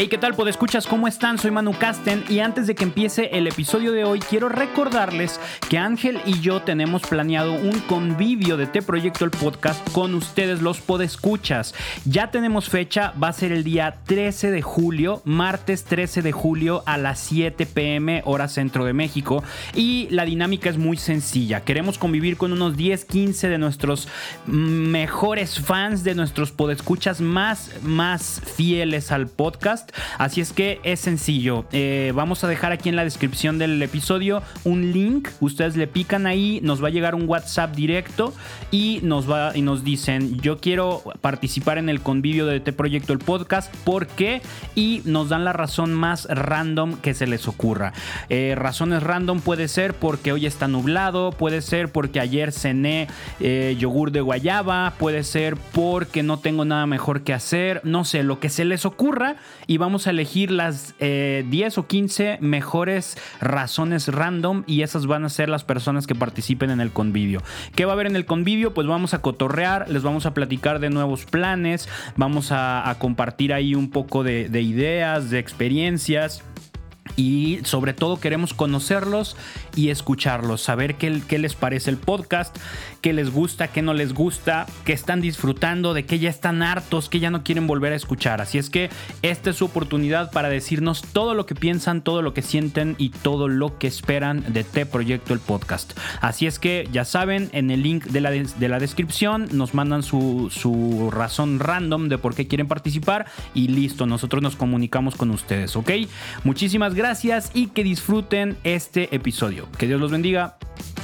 Hey, ¿qué tal, podescuchas? ¿Cómo están? Soy Manu Casten y antes de que empiece el episodio de hoy quiero recordarles que Ángel y yo tenemos planeado un convivio de Te Proyecto el Podcast con ustedes, los podescuchas. Ya tenemos fecha, va a ser el día 13 de julio, martes 13 de julio a las 7 p.m. hora centro de México, y la dinámica es muy sencilla. Queremos convivir con unos 10-15 de nuestros mejores fans, de nuestros podescuchas más fieles al podcast. Así es que es sencillo. Vamos a dejar aquí en la descripción del episodio un link. Ustedes le pican ahí, nos va a llegar un WhatsApp directo y nos dicen: yo quiero participar en el convivio de Te Proyecto el Podcast. ¿Por qué? Y nos dan la razón más random que se les ocurra. Razones random puede ser porque hoy está nublado, puede ser porque ayer cené yogur de guayaba, puede ser porque no tengo nada mejor que hacer, no sé, lo que se les ocurra, y vamos a elegir las 10 o 15 mejores razones random, y esas van a ser las personas que participen en el convivio. ¿Qué va a haber en el convivio? Pues vamos a cotorrear, les vamos a platicar de nuevos planes, vamos a compartir ahí un poco de ideas, de experiencias. Y sobre todo queremos conocerlos y escucharlos, saber qué les parece el podcast, qué les gusta, qué no les gusta, qué están disfrutando, de qué ya están hartos, qué ya no quieren volver a escuchar. Así es que esta es su oportunidad para decirnos todo lo que piensan, todo lo que sienten y todo lo que esperan de Te Proyecto el Podcast. Así es que ya saben, en el link de la descripción nos mandan su razón random de por qué quieren participar y listo, nosotros nos comunicamos con ustedes, ¿ok? Muchísimas gracias y que disfruten este episodio. Que Dios los bendiga.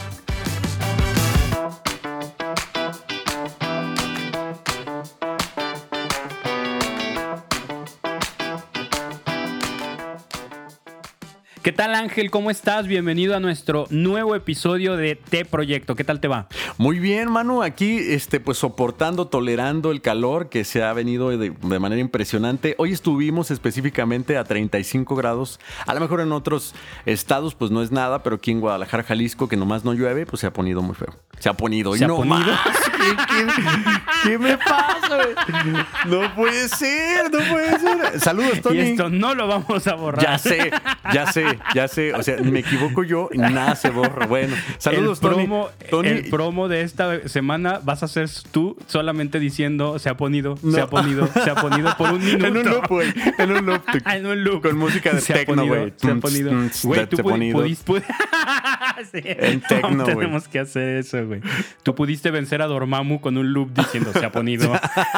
¿Qué tal, Ángel? ¿Cómo estás? Bienvenido a nuestro nuevo episodio de Te Proyecto. ¿Qué tal te va? Muy bien, Manu. Aquí pues soportando, tolerando el calor que se ha venido de manera impresionante. Hoy estuvimos específicamente a 35 grados. A lo mejor en otros estados pues no es nada, pero aquí en Guadalajara, Jalisco, que nomás no llueve, pues se ha ponido muy feo. Se ha ponido. ¿Qué me pasa? No puede ser. Saludos, Tony. Y esto no lo vamos a borrar. Ya sé. O sea, me equivoco yo y nada se borra. Bueno, saludos, Tony. El promo de esta semana vas a ser tú solamente diciendo se ha ponido por un minuto. En un loop, güey. En un loop. Con música de techno, güey. Se ha ponido. Güey, tú pudiste... Sí. En techno, güey. Tenemos que hacer eso, güey. Tú pudiste vencer a Dormammu con un loop diciendo se ha ponido.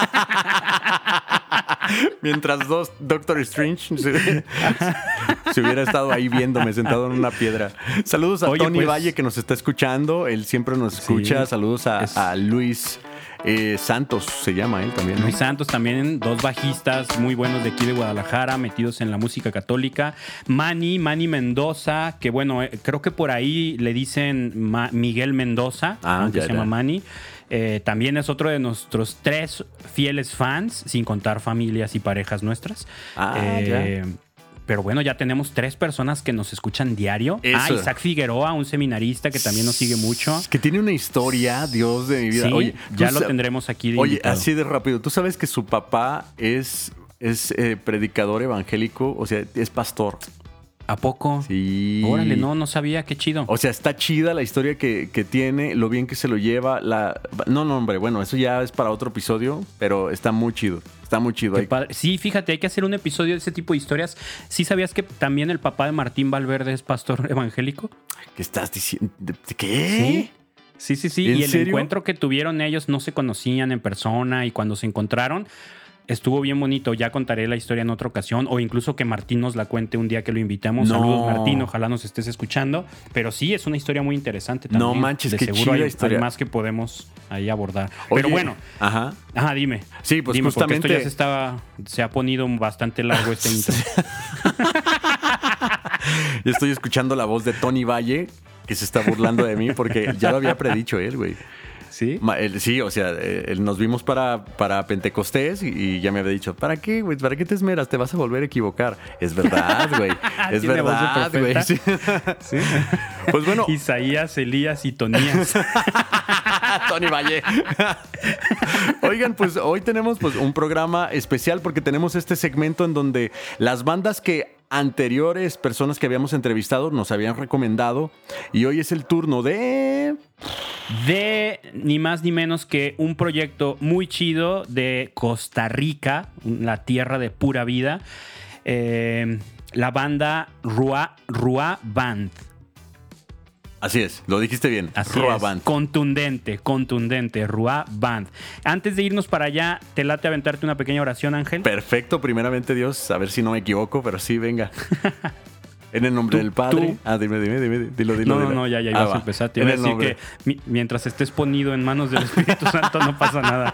Mientras dos Doctor Strange se hubiera estado ahí viéndome sentado en una piedra. Saludos a Tony Valle, que nos está escuchando. Él siempre nos escucha. Sí, saludos a Luis Santos, se llama él también, ¿no? Luis Santos también, dos bajistas muy buenos de aquí de Guadalajara, metidos en la música católica. Manny Mendoza, que bueno, creo que por ahí le dicen Miguel Mendoza, aunque se llama Manny. También es otro de nuestros 3 fieles fans, sin contar familias y parejas nuestras. Pero bueno, ya tenemos 3 personas que nos escuchan diario. Eso. Isaac Figueroa, un seminarista que también nos sigue mucho. Que tiene una historia, Dios de mi vida. Sí, oye, ya lo tendremos aquí de invitado. Así de rápido. ¿Tú sabes que su papá es predicador evangélico? O sea, es pastor. ¿A poco? Sí. Órale, no sabía, qué chido. O sea, está chida la historia que tiene, lo bien que se lo lleva. No, hombre, bueno, eso ya es para otro episodio, pero está muy chido. Está muy chido. Sí, fíjate, hay que hacer un episodio de ese tipo de historias. ¿Sí sabías que también el papá de Martín Valverde es pastor evangélico? ¿Qué estás diciendo? ¿Qué? Sí. Y el encuentro que tuvieron ellos, no se conocían en persona, y cuando se encontraron estuvo bien bonito. Ya contaré la historia en otra ocasión, o incluso que Martín nos la cuente un día que lo invitemos. No. Saludos, Martín, ojalá nos estés escuchando. Pero sí, es una historia muy interesante también. No manches, qué chida historia. Hay más que podemos ahí abordar. Oye, pero bueno. Ajá, dime. Sí, pues dime, justamente porque esto ya se ha ponido bastante largo este intro. Yo estoy escuchando la voz de Tony Valle, que se está burlando de mí porque ya lo había predicho él, güey. ¿Sí? Sí, o sea, nos vimos para Pentecostés y ya me había dicho, ¿para qué, güey? ¿Para qué te esmeras? Te vas a volver a equivocar. Es verdad, güey. Es verdad, güey. Sí. ¿Sí? Pues bueno. Isaías, Elías y Tonías. Tony Valle. Oigan, pues hoy tenemos pues un programa especial porque tenemos este segmento en donde las bandas que anteriores personas que habíamos entrevistado nos habían recomendado y hoy es el turno de ni más ni menos que un proyecto muy chido de Costa Rica, la tierra de pura vida, la banda Rua Band. Así es, lo dijiste bien. Así Rua es, Band. contundente, Rua Band. Antes de irnos para allá, ¿te late aventarte una pequeña oración, Ángel? Perfecto, primeramente Dios, a ver si no me equivoco, pero sí, venga. En el nombre del Padre. Dime, dilo. No, ya ibas a empezar. Te iba a decir que mientras estés ponido en manos del Espíritu Santo no pasa nada.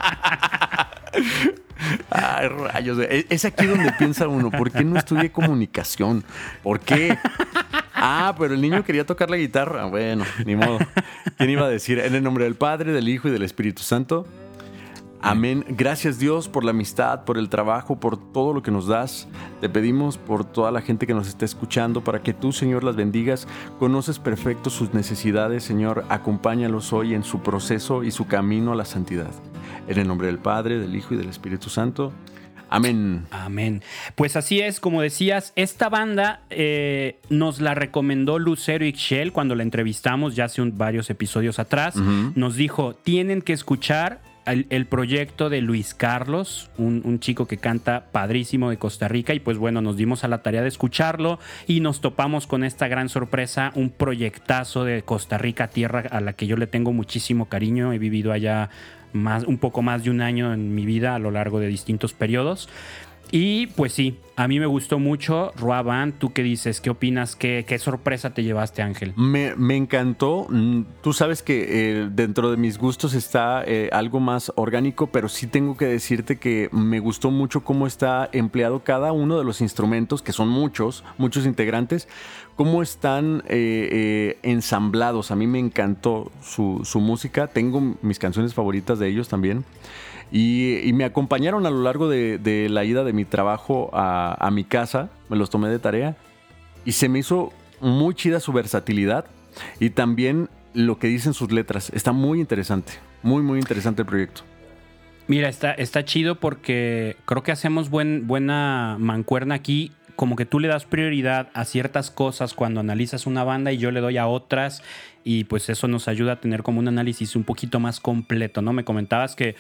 Ay, rayos. Es aquí donde piensa uno, ¿por qué no estudié comunicación? ¿Por qué? Pero el niño quería tocar la guitarra. Bueno, ni modo. ¿Quién iba a decir? En el nombre del Padre, del Hijo y del Espíritu Santo. Amén. Gracias, Dios, por la amistad, por el trabajo, por todo lo que nos das. Te pedimos por toda la gente que nos está escuchando, para que tú, Señor, las bendigas. Conoces perfecto sus necesidades, Señor. Acompáñalos hoy en su proceso y su camino a la santidad. En el nombre del Padre, del Hijo y del Espíritu Santo. Amén. Amén. Pues así es, como decías, esta banda nos la recomendó Lucero Ixchel cuando la entrevistamos ya hace varios episodios atrás. Uh-huh. Nos dijo, tienen que escuchar el proyecto de Luis Carlos, un chico que canta padrísimo de Costa Rica, y pues bueno, nos dimos a la tarea de escucharlo y nos topamos con esta gran sorpresa, un proyectazo de Costa Rica, tierra a la que yo le tengo muchísimo cariño. He vivido allá un poco más de un año en mi vida a lo largo de distintos periodos. Y pues sí, a mí me gustó mucho Rua Band. ¿Tú qué dices? ¿Qué opinas? ¿Qué sorpresa te llevaste, Ángel? Me encantó. Tú sabes que dentro de mis gustos está algo más orgánico, pero sí tengo que decirte que me gustó mucho cómo está empleado cada uno de los instrumentos, que son muchos integrantes, cómo están ensamblados. A mí me encantó su música. Tengo mis canciones favoritas de ellos también. Y me acompañaron a lo largo de la ida de mi trabajo a mi casa. Me los tomé de tarea y se me hizo muy chida su versatilidad y también lo que dicen sus letras. Está muy interesante, muy interesante el proyecto. Mira, está chido porque creo que hacemos buena mancuerna aquí. Como que tú le das prioridad a ciertas cosas cuando analizas una banda y yo le doy a otras, y pues eso nos ayuda a tener como un análisis un poquito más completo, ¿no? Me comentabas que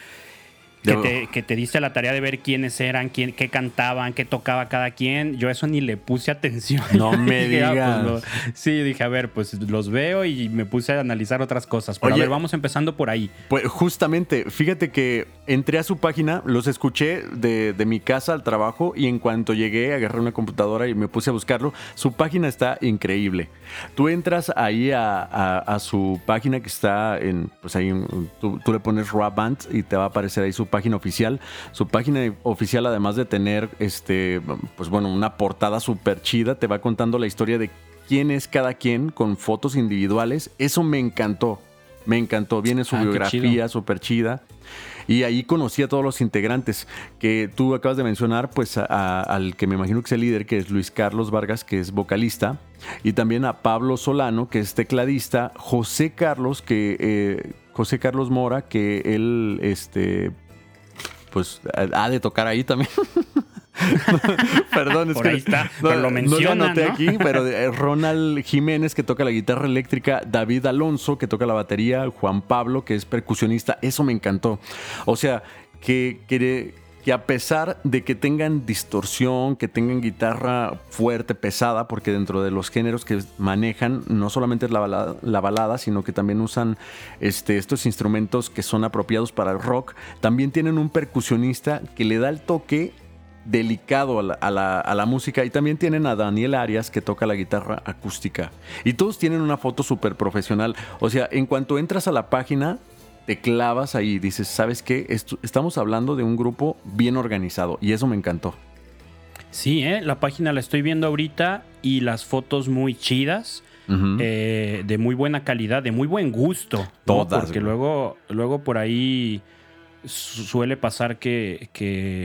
te diste la tarea de ver quiénes eran, qué cantaban, qué tocaba cada quien. Yo eso ni le puse atención. No me digas. Sí, dije, a ver, pues los veo y me puse a analizar otras cosas. Pero oye, a ver, vamos empezando por ahí. Pues justamente, fíjate que entré a su página, los escuché de mi casa al trabajo y en cuanto llegué agarré una computadora y me puse a buscarlo. Su página está increíble. Tú entras ahí a su página que está pues ahí, tú le pones Rua Band y te va a aparecer ahí su página oficial. Su página oficial, además de tener pues bueno, una portada súper chida, te va contando la historia de quién es cada quien con fotos individuales. Eso me encantó. Viene su biografía súper chida. Y ahí conocí a todos los integrantes que tú acabas de mencionar, pues al que me imagino que es el líder, que es Luis Carlos Vargas, que es vocalista, y también a Pablo Solano, que es tecladista, José Carlos Mora, que él pues ha de tocar ahí también. Perdón, es por que ahí está, pero lo mencionan, no lo anoté, ¿no? aquí, pero Ronald Jiménez, que toca la guitarra eléctrica, David Alonso, que toca la batería, Juan Pablo, que es percusionista. Eso me encantó. O sea, que a pesar de que tengan distorsión, que tengan guitarra fuerte, pesada, porque dentro de los géneros que manejan no solamente es la balada, sino que también usan estos instrumentos que son apropiados para el rock, también tienen un percusionista que le da el toque delicado a la música, y también tienen a Daniel Arias, que toca la guitarra acústica, y todos tienen una foto súper profesional. O sea, en cuanto entras a la página te clavas ahí y dices, ¿sabes qué? Estamos hablando de un grupo bien organizado, y eso me encantó. Sí, la página la estoy viendo ahorita y las fotos muy chidas. Uh-huh. De muy buena calidad, de muy buen gusto. Todas, ¿no? Porque luego por ahí suele pasar que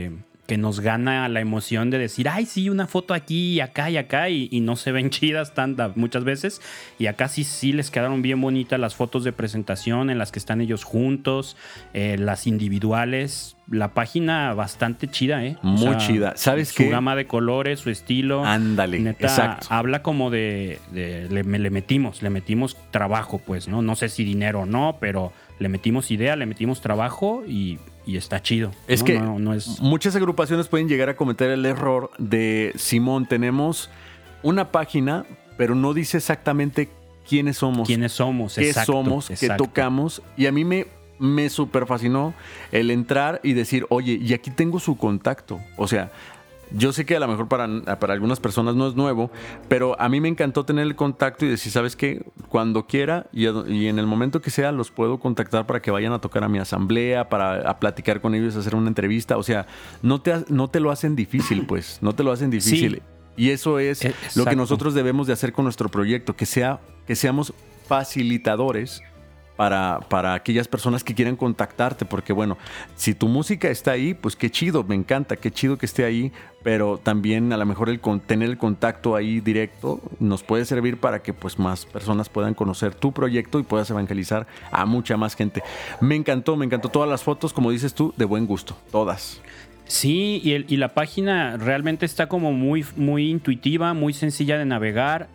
que nos gana la emoción de decir, ay, sí, una foto aquí y acá, y no se ven chidas muchas veces. Y acá sí les quedaron bien bonitas las fotos de presentación en las que están ellos juntos, las individuales. La página bastante chida, ¿eh? Muy chida. ¿Sabes qué? Su gama de colores, su estilo. Ándale, neta, exacto. Habla como le metimos trabajo, pues, ¿no? No sé si dinero o no, pero le metimos idea, le metimos trabajo y está chido. Es ¿no? que no es... muchas agrupaciones pueden llegar a cometer el error de, Simón, tenemos una página, pero no dice exactamente quiénes somos. ¿Quiénes somos? Qué exacto, somos, exacto. qué tocamos. Y a mí me súper fascinó el entrar y decir, oye, y aquí tengo su contacto. O sea, yo sé que a lo mejor para algunas personas no es nuevo, pero a mí me encantó tener el contacto y decir, ¿sabes qué? Cuando quiera y en el momento que sea, los puedo contactar para que vayan a tocar a mi asamblea, a platicar con ellos, hacer una entrevista. O sea, no te lo hacen difícil, pues. No te lo hacen difícil. Sí. Y eso es Exacto. lo que nosotros debemos de hacer con nuestro proyecto, que seamos facilitadores para aquellas personas que quieran contactarte, porque bueno, si tu música está ahí, pues qué chido, me encanta, qué chido que esté ahí, pero también a lo mejor tener el contacto ahí directo nos puede servir para que pues más personas puedan conocer tu proyecto y puedas evangelizar a mucha más gente. Me encantó todas las fotos, como dices tú, de buen gusto, todas. Sí, y la página realmente está como muy, muy intuitiva, muy sencilla de navegar.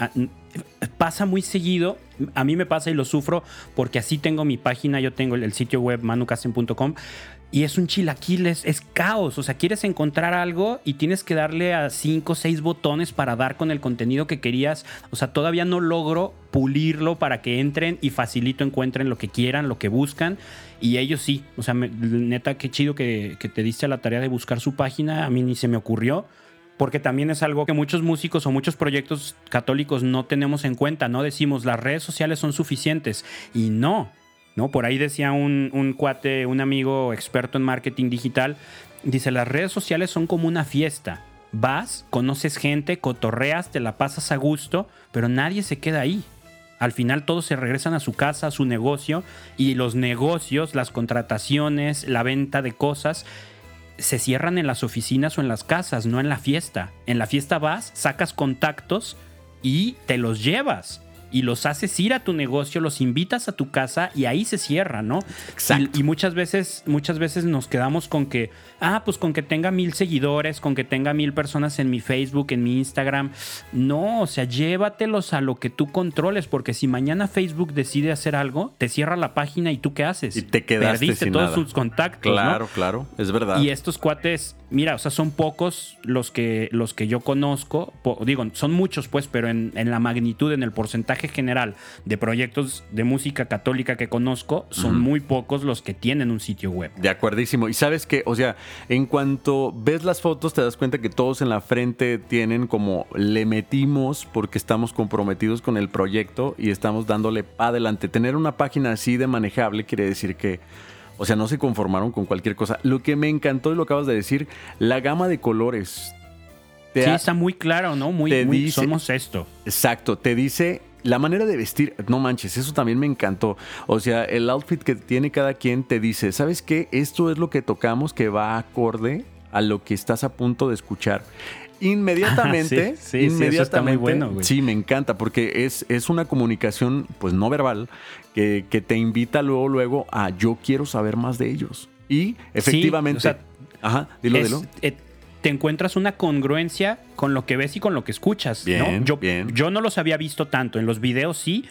Pasa muy seguido, a mí me pasa y lo sufro porque así tengo mi página, yo tengo el sitio web manucasten.com y es un chilaquiles, es caos. O sea, quieres encontrar algo y tienes que darle a 5 o 6 botones para dar con el contenido que querías. O sea, todavía no logro pulirlo para que entren y facilito encuentren lo que quieran, lo que buscan. Y ellos sí, o sea, neta, qué chido que te diste a la tarea de buscar su página. A mí ni se me ocurrió, porque también es algo que muchos músicos o muchos proyectos católicos no tenemos en cuenta, ¿no? Decimos, las redes sociales son suficientes. Y no. Por ahí decía un cuate, un amigo experto en marketing digital, dice, las redes sociales son como una fiesta. Vas, conoces gente, cotorreas, te la pasas a gusto, pero nadie se queda ahí. Al final todos se regresan a su casa, a su negocio, y los negocios, las contrataciones, la venta de cosas se cierran en las oficinas o en las casas, no en la fiesta. En la fiesta vas, sacas contactos y te los llevas. Y los haces ir a tu negocio, los invitas a tu casa y ahí se cierra, ¿no? Exacto. Y muchas veces nos quedamos con que, pues con que tenga 1000 seguidores, con que tenga 1000 personas en mi Facebook, en mi Instagram. No, o sea, llévatelos a lo que tú controles, porque si mañana Facebook decide hacer algo, te cierra la página y tú ¿qué haces? Y te quedaste Perdiste sin todos nada. sus contactos, Claro, ¿no? claro, es verdad. Y estos cuates, mira, o sea, son pocos los que yo conozco, digo, son muchos pues, pero en la magnitud, en el porcentaje general de proyectos de música católica que conozco, son muy pocos los que tienen un sitio web. De acuerdísimo. Y sabes que, o sea, en cuanto ves las fotos te das cuenta que todos en la frente tienen como le metimos porque estamos comprometidos con el proyecto y estamos dándole para adelante. Tener una página así de manejable quiere decir que, o sea, no se conformaron con cualquier cosa. Lo que me encantó y lo acabas de decir, la gama de colores. Sí, está muy claro, ¿no? Muy dice, somos esto. Exacto, te dice la manera de vestir. No manches, eso también me encantó. O sea, el outfit que tiene cada quien te dice, ¿sabes qué? Esto es lo que tocamos que va acorde a lo que estás a punto de escuchar. Inmediatamente, sí, eso está muy bueno, güey. Sí, me encanta porque es una comunicación pues no verbal que te invita luego a yo quiero saber más de ellos. Y efectivamente, sí, o sea, ajá, dilo. Te encuentras una congruencia con lo que ves y con lo que escuchas, bien, ¿no? bien. Yo no los había visto tanto. En los videos sí,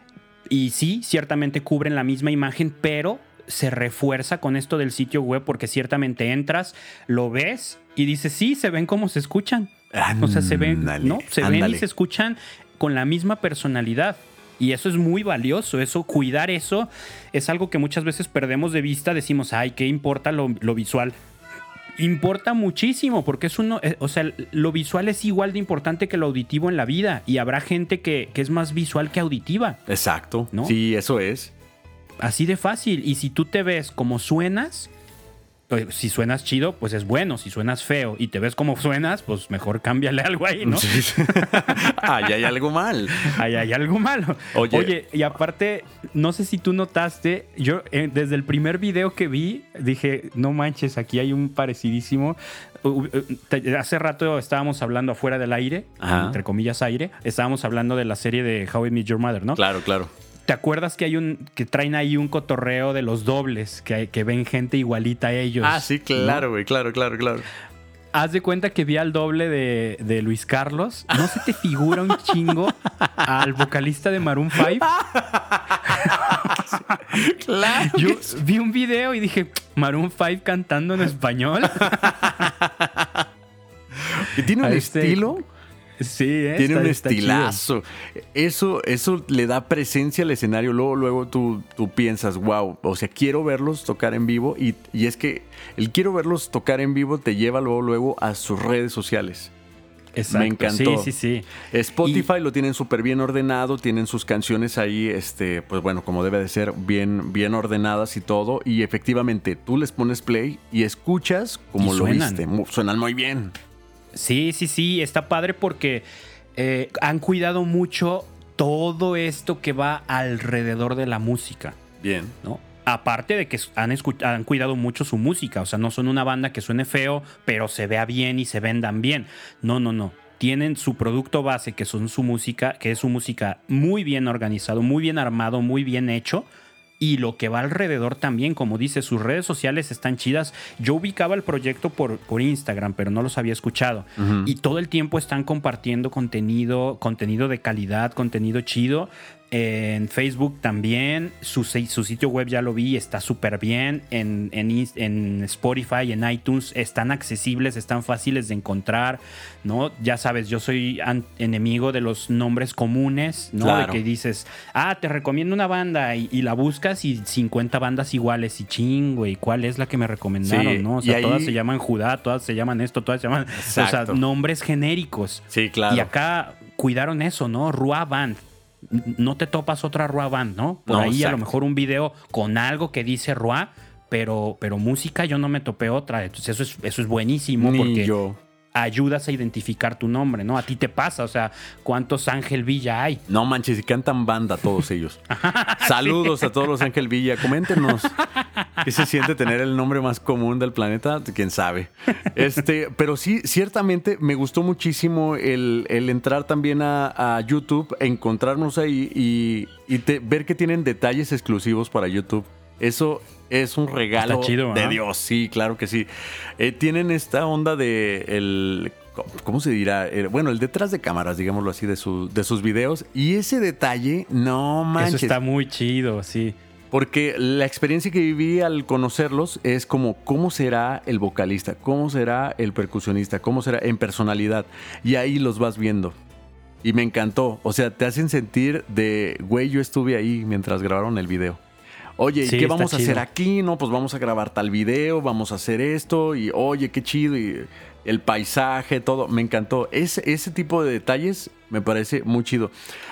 y sí, ciertamente cubren la misma imagen, pero se refuerza con esto del sitio web porque ciertamente entras, lo ves y dices, sí, se ven como se escuchan. O sea, se ven, ¿no? Se ven y se escuchan con la misma personalidad. Y eso es muy valioso, cuidar eso es algo que muchas veces perdemos de vista. Decimos, ay, ¿qué importa lo visual? Importa muchísimo porque o sea, lo visual es igual de importante que lo auditivo en la vida y habrá gente que es más visual que auditiva. Exacto, ¿no? Sí, eso es. Así de fácil. Y si tú te ves como suenas, Si suenas chido, pues es bueno. Si suenas feo y te ves como suenas, pues mejor cámbiale algo ahí, ¿no? Sí. Ahí hay algo mal. Ahí hay algo malo. Oye, y aparte, no sé si tú notaste, yo desde el primer video que vi, dije, no manches, aquí hay un parecidísimo. Hace rato estábamos hablando afuera del aire, entre comillas aire, estábamos hablando de la serie de How I Met Your Mother, ¿no? Claro. ¿Te acuerdas que que traen ahí un cotorreo de los dobles, que ven gente igualita a ellos? Ah, sí, claro, güey, ¿no? Claro. Haz de cuenta que vi al doble de Luis Carlos. ¿No se te figura un chingo al vocalista de Maroon 5? Claro. Yo vi un video y dije, Maroon 5 cantando en español. ¿Y tiene un estilo? Sí, tiene un estilazo. Eso le da presencia al escenario. Luego tú piensas, wow, o sea, quiero verlos tocar en vivo. Y es que el quiero verlos tocar en vivo te lleva luego a sus redes sociales. Exacto. Me encantó. Sí. Spotify lo tienen súper bien ordenado, tienen sus canciones ahí, pues bueno, como debe de ser, bien ordenadas y todo. Y efectivamente, tú les pones play y escuchas como lo viste. Suenan muy bien. Sí, está padre porque han cuidado mucho todo esto que va alrededor de la música. Bien. ¿No? Aparte de que han cuidado mucho su música, o sea, no son una banda que suene feo, pero se vea bien y se vendan bien. No. Tienen su producto base, que es su música muy bien organizado, muy bien armado, muy bien hecho. Y lo que va alrededor también, como dice, sus redes sociales están chidas. Yo ubicaba el proyecto por Instagram, pero no los había escuchado. Uh-huh. Y todo el tiempo están compartiendo contenido de calidad, contenido chido. En Facebook también, su sitio web ya lo vi, está súper bien. En Spotify, en iTunes, están accesibles, están fáciles de encontrar, ¿no? Ya sabes, yo soy enemigo de los nombres comunes, ¿no? Claro. De que dices, te recomiendo una banda y la buscas y 50 bandas iguales y güey, ¿cuál es la que me recomendaron, no? O sea, todas se llaman Judá, todas se llaman esto, todas se llaman... Exacto. O sea, nombres genéricos. Sí, claro. Y acá cuidaron eso, ¿no? Rua Band. No te topas otra Rua Band, ¿no? Por ahí exacto. A lo mejor un video con algo que dice Rua, pero música yo no me topé otra. Entonces eso es buenísimo. Ni porque yo. Ayudas a identificar tu nombre, ¿no? A ti te pasa, o sea, ¿cuántos Ángel Villa hay? No manches, y cantan banda todos ellos. Saludos a todos los Ángel Villa. Coméntenos qué se siente tener el nombre más común del planeta, quién sabe. Pero sí, ciertamente me gustó muchísimo el entrar también a YouTube, encontrarnos ahí y ver que tienen detalles exclusivos para YouTube. Eso es un regalo de Dios, sí, claro que sí. Tienen esta onda de ¿cómo se dirá? Bueno, el detrás de cámaras, digámoslo así, de sus videos. Y ese detalle, no manches. Eso está muy chido, sí. Porque la experiencia que viví al conocerlos es como, ¿cómo será el vocalista? ¿Cómo será el percusionista? ¿Cómo será en personalidad? Y ahí los vas viendo. Y me encantó. O sea, te hacen sentir güey, yo estuve ahí mientras grabaron el video. Oye, sí, ¿y qué vamos a hacer aquí? No, pues vamos a grabar tal video, vamos a hacer esto, y oye, qué chido, y el paisaje, todo, me encantó. Ese tipo de detalles me parece muy chido.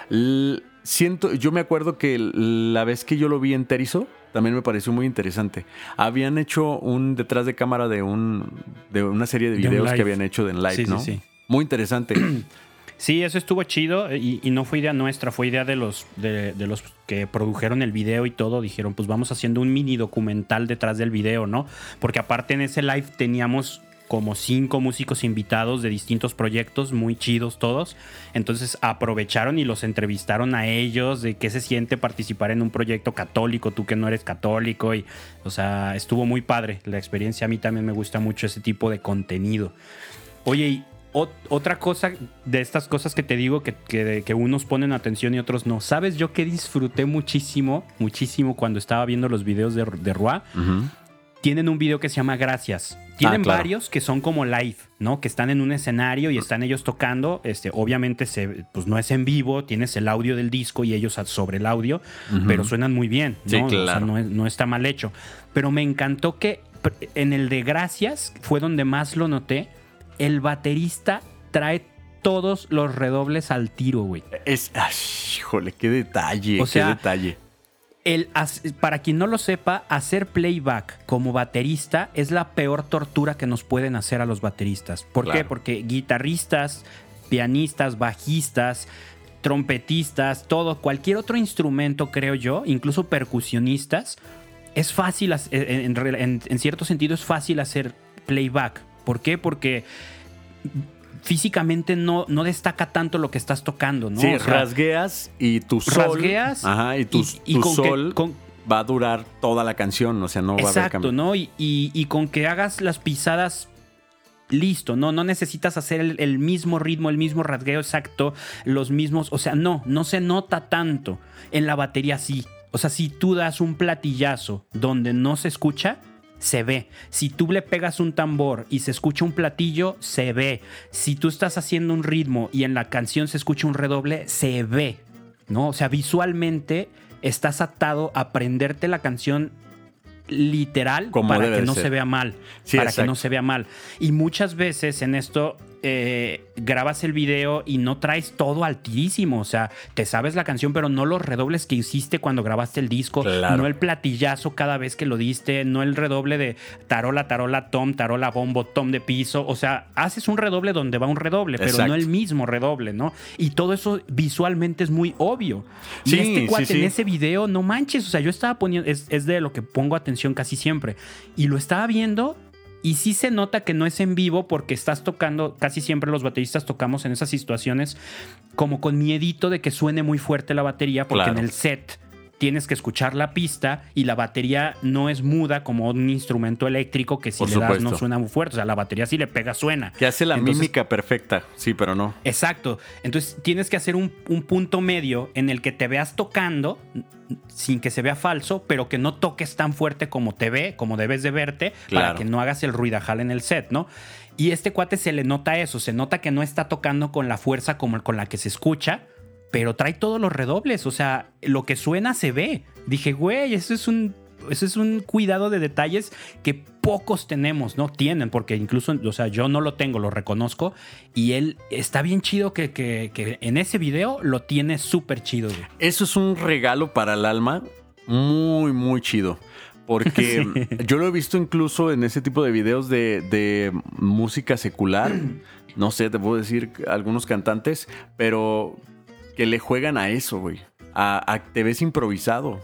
Yo me acuerdo que la vez que yo lo vi en Terizo, también me pareció muy interesante. Habían hecho un detrás de cámara de una serie de videos que habían hecho en live, sí, ¿no? Sí. Muy interesante. Sí, eso estuvo chido y no fue idea nuestra, fue idea de los que produjeron el video y todo. Dijeron, pues vamos haciendo un mini documental detrás del video, ¿no? Porque aparte en ese live teníamos como 5 músicos invitados de distintos proyectos, muy chidos todos. Entonces aprovecharon y los entrevistaron a ellos de qué se siente participar en un proyecto católico, tú que no eres católico. Y, o sea, estuvo muy padre la experiencia. A mí también me gusta mucho ese tipo de contenido. Oye, y otra cosa de estas cosas que te digo que unos ponen atención y otros no. ¿Sabes yo que disfruté muchísimo cuando estaba viendo los videos de Rua? Uh-huh. Tienen un video que se llama Gracias. Tienen claro. Varios que son como live, ¿no? Que están en un escenario y están ellos tocando. Obviamente pues no es en vivo, tienes el audio del disco y ellos sobre el audio, uh-huh. Pero suenan muy bien, ¿no? Sí, claro. O sea, no está mal hecho. Pero me encantó que en el de Gracias fue donde más lo noté. El baterista trae todos los redobles al tiro, güey. Híjole, qué detalle, o sea, qué detalle. Para quien no lo sepa, hacer playback como baterista es la peor tortura que nos pueden hacer a los bateristas. ¿Por qué? Porque guitarristas, pianistas, bajistas, trompetistas, cualquier otro instrumento, creo yo, incluso percusionistas, es fácil, en cierto sentido es fácil hacer playback. ¿Por qué? Porque físicamente no destaca tanto lo que estás tocando, ¿no? Sí, o sea, rasgueas y tu sol. Rasgueas. Ajá, y tu sol va a durar toda la canción, o sea, no va a haber cambio. Exacto, ¿no? Y con que hagas las pisadas, listo, no necesitas hacer el mismo ritmo, el mismo rasgueo exacto, los mismos, o sea, no se nota tanto. En la batería sí. O sea, si tú das un platillazo donde no se escucha, se ve. Si tú le pegas un tambor y se escucha un platillo, se ve. Si tú estás haciendo un ritmo y en la canción se escucha un redoble, se ve, ¿no? O sea, visualmente estás atado a aprenderte la canción literal como para que no ser. Se vea mal. Sí, para exacto. que no se vea mal. Y muchas veces en esto grabas el video y no traes todo altísimo. O sea, te sabes la canción, pero no los redobles que hiciste cuando grabaste el disco. Claro. No el platillazo cada vez que lo diste. No el redoble de tarola, tarola, tom, tarola, bombo, tom de piso. O sea, haces un redoble donde va un redoble, pero Exacto. no el mismo redoble, ¿no? Y todo eso visualmente es muy obvio. Sí, y este cuate sí. en ese video, no manches. O sea, yo estaba poniendo... Es de lo que pongo atención casi siempre. Y lo estaba viendo... Y sí se nota que no es en vivo porque estás tocando, casi siempre los bateristas tocamos en esas situaciones como con miedito de que suene muy fuerte la batería porque claro. en el set tienes que escuchar la pista y la batería no es muda como un instrumento eléctrico que si Por le das supuesto. no suena muy fuerte. O sea, la batería si le pega suena. Que hace la mímica perfecta, sí, pero no. Exacto. Entonces tienes que hacer un punto medio en el que te veas tocando sin que se vea falso, pero que no toques tan fuerte como te ve, como debes de verte, claro. para que no hagas el ruidajal en el set, ¿no? Y este cuate se le nota eso, se nota que no está tocando con la fuerza como con la que se escucha, pero trae todos los redobles, o sea, lo que suena se ve. Dije, güey, eso es un cuidado de detalles que pocos tenemos, ¿no? Tienen, porque incluso, o sea, yo no lo tengo, lo reconozco. Y él está bien chido que en ese video lo tiene súper chido, güey. Eso es un regalo para el alma muy, muy chido. Porque sí. Yo lo he visto incluso en ese tipo de videos de música secular. No sé, te puedo decir algunos cantantes, pero que le juegan a eso, güey. Te ves improvisado.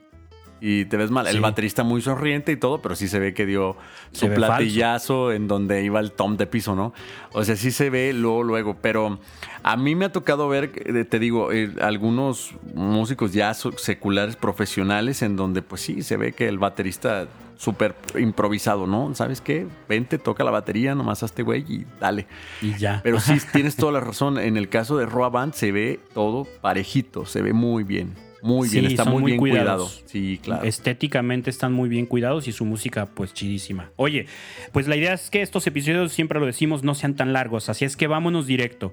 Y te ves mal. Sí. El baterista muy sonriente y todo, pero sí se ve que dio su platillazo en donde iba el tom de piso, ¿no? O sea, sí se ve luego. Pero a mí me ha tocado ver, te digo, algunos músicos ya seculares profesionales en donde pues sí se ve que el baterista súper improvisado, ¿no? ¿Sabes qué? Vente, toca la batería, nomás hazte güey y dale. Y ya. Pero sí, tienes toda la razón. En el caso de Roa Band se ve todo parejito, se ve muy bien. Muy bien, está muy bien cuidado. Sí, claro. Estéticamente están muy bien cuidados y su música, pues, chidísima. Oye, pues la idea es que estos episodios, siempre lo decimos, no sean tan largos. Así es que vámonos directo.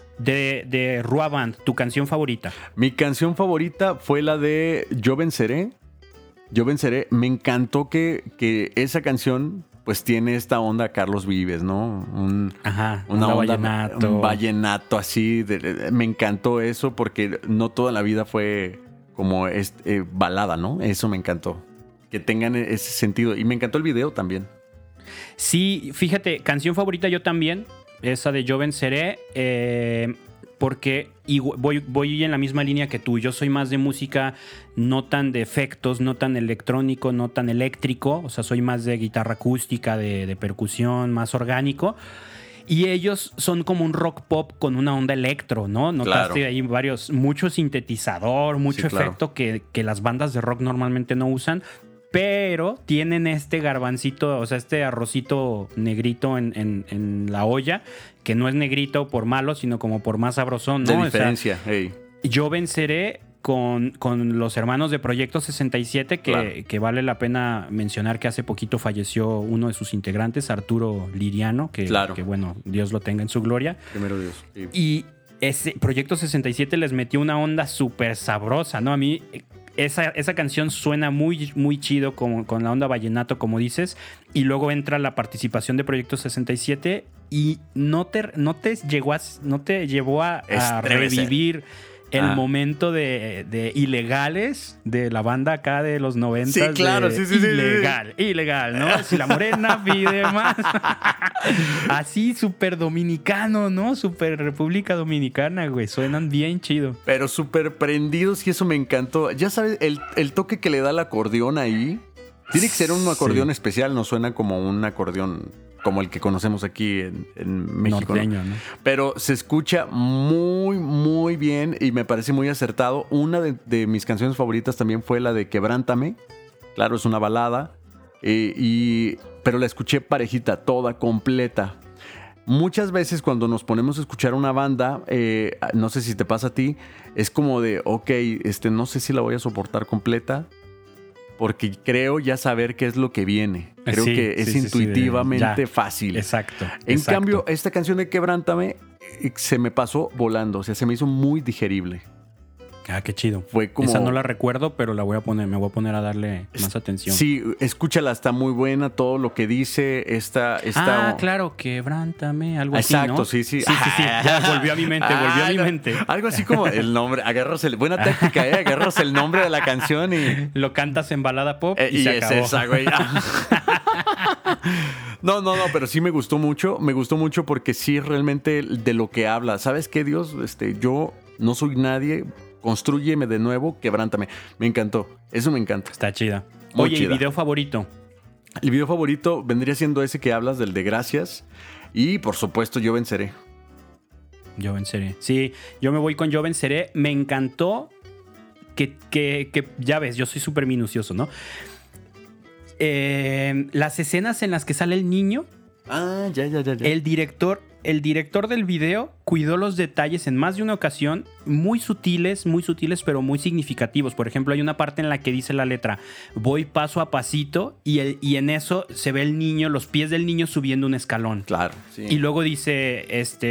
De Roa Band, ¿tu canción favorita? Mi canción favorita fue la de Yo Venceré. Yo Venceré. Me encantó que esa canción pues tiene esta onda Carlos Vives, ¿no? Una onda vallenato. Un vallenato así. Me encantó eso porque no toda la vida fue como balada, ¿no? Eso me encantó. Que tengan ese sentido. Y me encantó el video también. Sí, fíjate, canción favorita yo también. Esa de Yo Venceré. Porque voy en la misma línea que tú. Yo soy más de música no tan de efectos, no tan electrónico, no tan eléctrico. O sea, soy más de guitarra acústica, de percusión, más orgánico. Y ellos son como un rock pop con una onda electro, ¿no? Notaste claro. Ahí mucho sintetizador, mucho efecto que las bandas de rock normalmente no usan. Pero tienen este garbancito, o sea, este arrocito negrito en la olla, que no es negrito por malo, sino como por más sabrosón, ¿no? De diferencia, o sea, Yo Venceré con los hermanos de Proyecto 67, que vale la pena mencionar que hace poquito falleció uno de sus integrantes, Arturo Liriano, que bueno, Dios lo tenga en su gloria. Primero Dios. Sí. Y ese Proyecto 67 les metió una onda súper sabrosa, ¿no? A mí esa canción suena muy, muy chido con la onda vallenato, como dices, y luego entra la participación de Proyecto 67 y no te llevó a revivir el momento de ilegales de la banda acá de los 90. Sí, claro, sí. Ilegal, ¿no? Si la morena pide más. Así, súper dominicano, ¿no? Súper República Dominicana, güey. Suenan bien chido. Pero súper prendidos y eso me encantó. Ya sabes, el toque que le da el acordeón ahí. Tiene que ser un acordeón especial, no suena como un acordeón como el que conocemos aquí en México. Norteño, ¿no? Pero se escucha muy, muy bien y me parece muy acertado. Una de mis canciones favoritas también fue la de Quebrántame. Claro, es una balada, pero la escuché parejita, toda, completa. Muchas veces cuando nos ponemos a escuchar una banda, no sé si te pasa a ti, es como de, ok, no sé si la voy a soportar completa, porque creo ya saber qué es lo que viene. Creo que es intuitivamente fácil. Exacto. En cambio, esta canción de Quebrántame se me pasó volando. O sea, se me hizo muy digerible. Ah, qué chido. Fue como... Esa no la recuerdo, pero me voy a poner a darle más atención. Sí, escúchala, está muy buena. Todo lo que dice Ah, claro, Quebrántame, algo exacto, así, ¿no? sí. Ya volvió a mi mente, Algo así como el nombre. Buena táctica, agarras el nombre de la canción y... Lo cantas en balada pop y se acabó. Es esa, güey. No, pero sí me gustó mucho. Me gustó mucho porque sí realmente de lo que habla. ¿Sabes qué, Dios? Yo no soy nadie... Constrúyeme de nuevo, quebrántame. Me encantó. Eso me encanta. Está chida. Muy Oye, chida. ¿y video favorito? El video favorito vendría siendo ese que hablas, del de Gracias. Y, por supuesto, Yo Venceré. Yo Venceré. Sí, yo me voy con Yo Venceré. Me encantó que ya ves, yo soy súper minucioso, ¿no? Las escenas en las que sale el niño. Ah, ya. El director del video cuidó los detalles en más de una ocasión, muy sutiles, pero muy significativos. Por ejemplo, hay una parte en la que dice la letra, voy paso a pasito, y en eso se ve el niño, los pies del niño subiendo un escalón. Claro, sí. Y luego dice,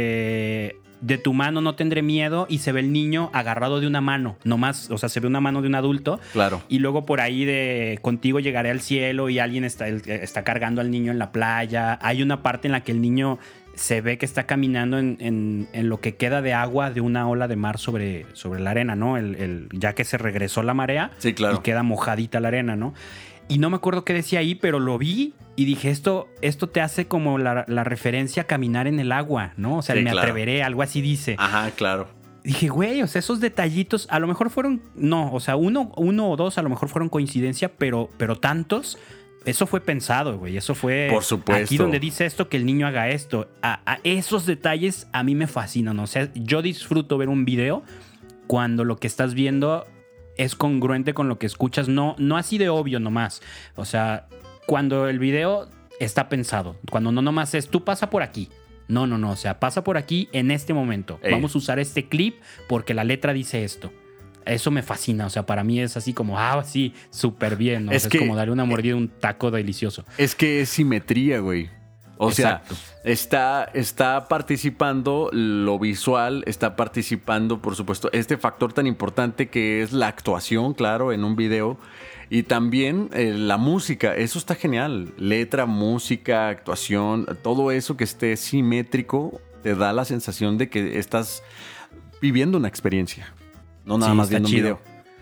de tu mano no tendré miedo, y se ve el niño agarrado de una mano, nomás, o sea, se ve una mano de un adulto. Claro. Y luego por ahí de contigo llegaré al cielo, y alguien está cargando al niño en la playa. Hay una parte en la que el niño se ve que está caminando en lo que queda de agua de una ola de mar sobre la arena, ¿no? Ya que se regresó la marea, sí, claro. Y queda mojadita la arena, ¿no? Y no me acuerdo qué decía ahí, pero lo vi y dije, esto te hace como la referencia a caminar en el agua, ¿no? O sea, sí, me atreveré, algo así dice. Ajá, claro. Dije, güey, o sea, esos detallitos a lo mejor fueron, no, o sea, uno o dos a lo mejor fueron coincidencia, pero tantos... Eso fue pensado, güey. Eso fue... Por supuesto. Aquí donde dice esto, que el niño haga esto. A esos detalles a mí me fascinan. O sea, yo disfruto ver un video cuando lo que estás viendo es congruente con lo que escuchas. No así de obvio nomás. O sea, cuando el video está pensado. Cuando no nomás es, tú pasa por aquí. No. O sea, pasa por aquí en este momento. Vamos a usar este clip porque la letra dice esto. Eso me fascina, o sea, para mí es así como, sí, súper bien, ¿no? Es como darle una mordida a un taco delicioso. Es que es simetría, güey. O exacto. sea, está participando lo visual, está participando, por supuesto, este factor tan importante que es la actuación, claro, en un video. Y también la música, eso está genial. Letra, música, actuación, todo eso que esté simétrico te da la sensación de que estás viviendo una experiencia. No nada más viendo un video.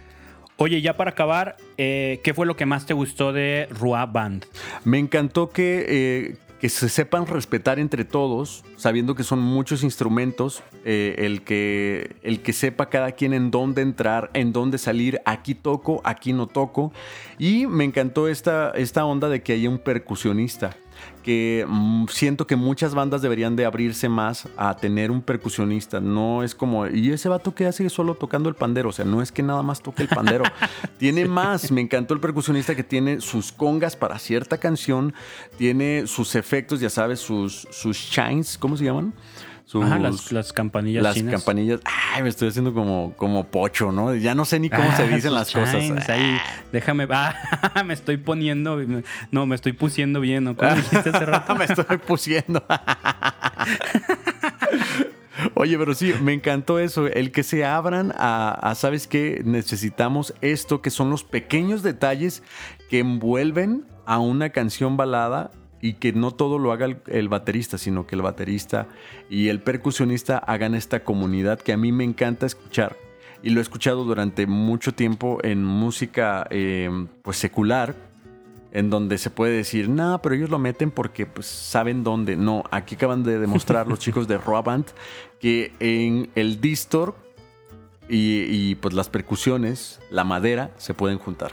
Oye, ya para acabar, ¿qué fue lo que más te gustó de Rua Band? Me encantó que se sepan respetar entre todos, sabiendo que son muchos instrumentos, el que sepa cada quien en dónde entrar, en dónde salir, aquí toco, aquí no toco. Y me encantó esta onda de que haya un percusionista, que siento que muchas bandas deberían de abrirse más a tener un percusionista. No es como, ¿y ese vato que hace solo tocando el pandero? O sea, no es que nada más toque el pandero. Tiene más. Me encantó el percusionista que tiene sus congas para cierta canción, tiene sus efectos, ya sabes, sus chines, ¿cómo se llaman? Las campanillas chinas. Las campanillas. Ay, me estoy haciendo como pocho, ¿no? Ya no sé ni cómo se dicen las cosas. Ahí, déjame. Me estoy poniendo. No, me estoy pusiendo bien, ¿no? ¿Cómo dijiste hace rato? Me estoy pusiendo. Oye, pero sí, me encantó eso. El que se abran a ¿sabes qué? Necesitamos esto, que son los pequeños detalles que envuelven a una canción balada. Y que no todo lo haga el baterista, sino que el baterista y el percusionista hagan esta comunidad que a mí me encanta escuchar. y lo he escuchado durante mucho tiempo en música pues secular, en donde se puede decir, no, pero ellos lo meten porque pues saben dónde. No, aquí acaban de demostrar los chicos de Roa Band que en el distor y pues las percusiones, la madera, se pueden juntar.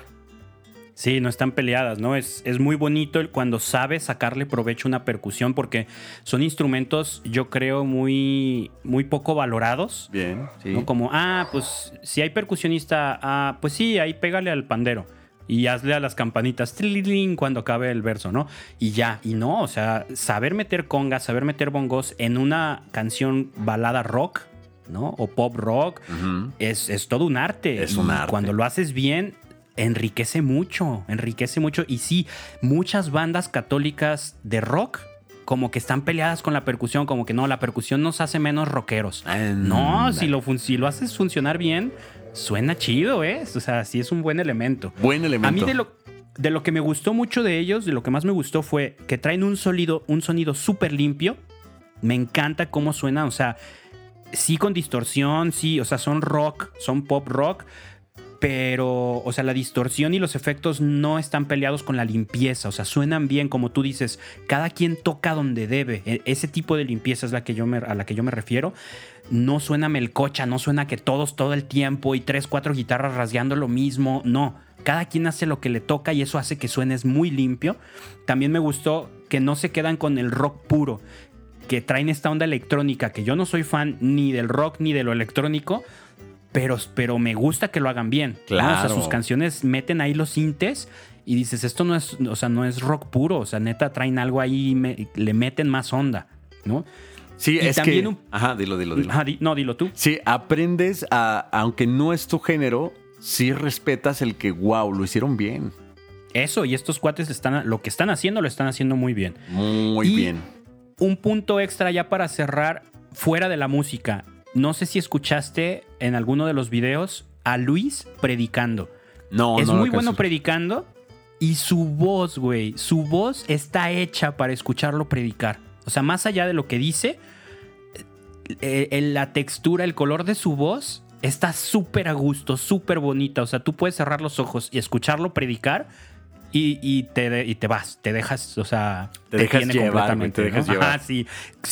Sí, no están peleadas, ¿no? Es muy bonito cuando sabes sacarle provecho a una percusión porque son instrumentos, yo creo, muy, muy poco valorados. Bien, sí. ¿No? Como, pues si hay percusionista, pues sí, ahí pégale al pandero y hazle a las campanitas cuando acabe el verso, ¿no? Y ya, y no, o sea, saber meter congas, saber meter bongos en una canción balada rock, ¿no? O pop rock, es todo un arte. Es un arte. Cuando lo haces bien, enriquece mucho. Y sí, muchas bandas católicas de rock como que están peleadas con la percusión, como que no, la percusión nos hace menos rockeros. No, si lo haces funcionar bien, suena chido, ¿eh? O sea, sí es un buen elemento. Buen elemento. A mí de lo que me gustó mucho de ellos, de lo que más me gustó fue que traen un sonido súper limpio. Me encanta cómo suena, o sea, sí con distorsión, sí, o sea, son rock, son pop rock, pero, o sea, la distorsión y los efectos no están peleados con la limpieza, o sea, suenan bien, como tú dices, cada quien toca donde debe. Ese tipo de limpieza es a la que yo me refiero. No suena melcocha, no suena que todos todo el tiempo y 3, 4 guitarras rasgueando lo mismo, no. Cada quien hace lo que le toca y eso hace que suenes muy limpio. También me gustó que no se quedan con el rock puro, que traen esta onda electrónica, que yo no soy fan ni del rock ni de lo electrónico, pero me gusta que lo hagan bien. Claro. ¿no? O sea, sus canciones meten ahí los sintes y dices, esto no es, o sea, no es rock puro, o sea, neta traen algo ahí y le meten más onda, ¿no? Sí, y es también que... Ajá, dilo. No, dilo tú. Sí, aprendes aunque no es tu género, sí respetas el que, wow, lo hicieron bien. Eso, y estos cuates lo que están haciendo, lo están haciendo muy bien. Muy bien. Un punto extra ya para cerrar, fuera de la música. No sé si escuchaste en alguno de los videos a Luis predicando. No, es no. Es muy bueno predicando y su voz, güey, su voz está hecha para escucharlo predicar. O sea, más allá de lo que dice, la textura, el color de su voz está súper a gusto, súper bonita. O sea, tú puedes cerrar los ojos y escucharlo predicar y te vas, te dejas, o sea, te dejas tiene llevar, completamente, te dejas llevar. Sí,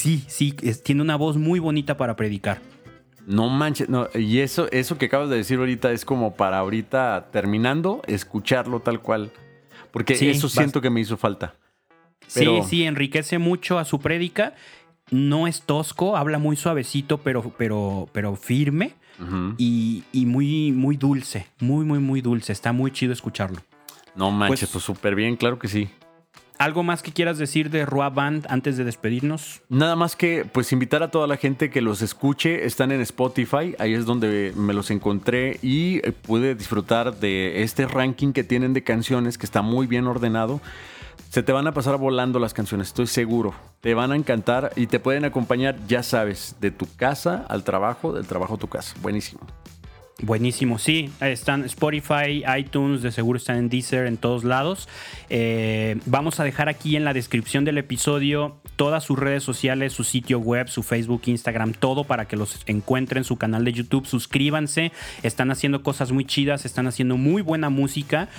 tiene una voz muy bonita para predicar. No manches, no, y eso que acabas de decir ahorita es como para ahorita terminando, escucharlo tal cual. Porque sí, eso siento que me hizo falta. Pero... Sí, enriquece mucho a su prédica. No es tosco, habla muy suavecito, pero firme. Uh-huh. Y muy, muy dulce. Muy, muy, muy dulce. Está muy chido escucharlo. No manches, pues súper bien, claro que sí. ¿Algo más que quieras decir de Roa Band antes de despedirnos? Nada más que pues invitar a toda la gente que los escuche. Están en Spotify, ahí es donde me los encontré y pude disfrutar de este ranking que tienen de canciones que está muy bien ordenado. Se te van a pasar volando las canciones, estoy seguro. Te van a encantar y te pueden acompañar, ya sabes, de tu casa al trabajo, del trabajo a tu casa. Buenísimo. Buenísimo, sí, están Spotify, iTunes, de seguro están en Deezer, en todos lados. Vamos a dejar aquí en la descripción del episodio todas sus redes sociales, su sitio web, su Facebook, Instagram, todo para que los encuentren, su canal de YouTube. Suscríbanse, están haciendo cosas muy chidas, están haciendo muy buena música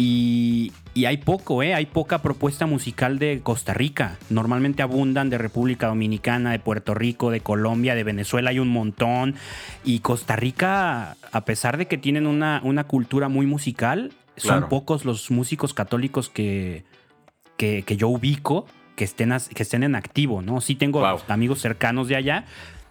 y hay poca propuesta musical de Costa Rica. Normalmente abundan de República Dominicana, de Puerto Rico, de Colombia, de Venezuela, hay un montón. Y Costa Rica, a pesar de que tienen una cultura muy musical, son pocos los músicos católicos que yo ubico que estén en activo, ¿no? Sí tengo amigos cercanos de allá,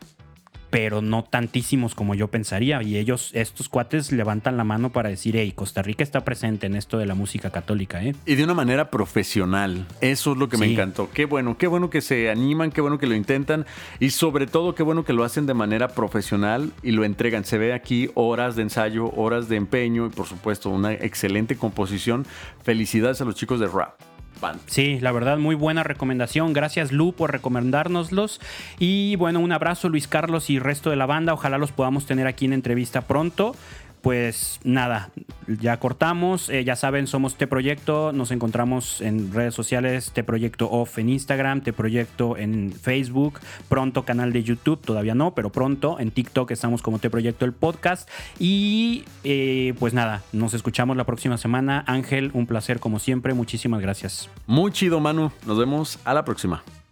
pero no tantísimos como yo pensaría. Y estos cuates levantan la mano para decir, hey, Costa Rica está presente en esto de la música católica, ¿eh? Y de una manera profesional. Eso es lo que me encantó. Qué bueno que se animan, qué bueno que lo intentan y sobre todo qué bueno que lo hacen de manera profesional y lo entregan. Se ve aquí horas de ensayo, horas de empeño y por supuesto una excelente composición. Felicidades a los chicos de Roa Band. Sí, la verdad, muy buena recomendación. Gracias, Lu, por recomendárnoslos. Y bueno, un abrazo, Luis Carlos y resto de la banda. Ojalá los podamos tener aquí en entrevista pronto. pues nada, ya cortamos. Ya saben, somos T-Proyecto. Nos encontramos en redes sociales, T-Proyecto Off en Instagram, T-Proyecto en Facebook. Pronto canal de YouTube, todavía no, pero pronto. En TikTok estamos como T-Proyecto el podcast. Y pues nada, nos escuchamos la próxima semana. Ángel, un placer como siempre. Muchísimas gracias. Muy chido, Manu. Nos vemos a la próxima.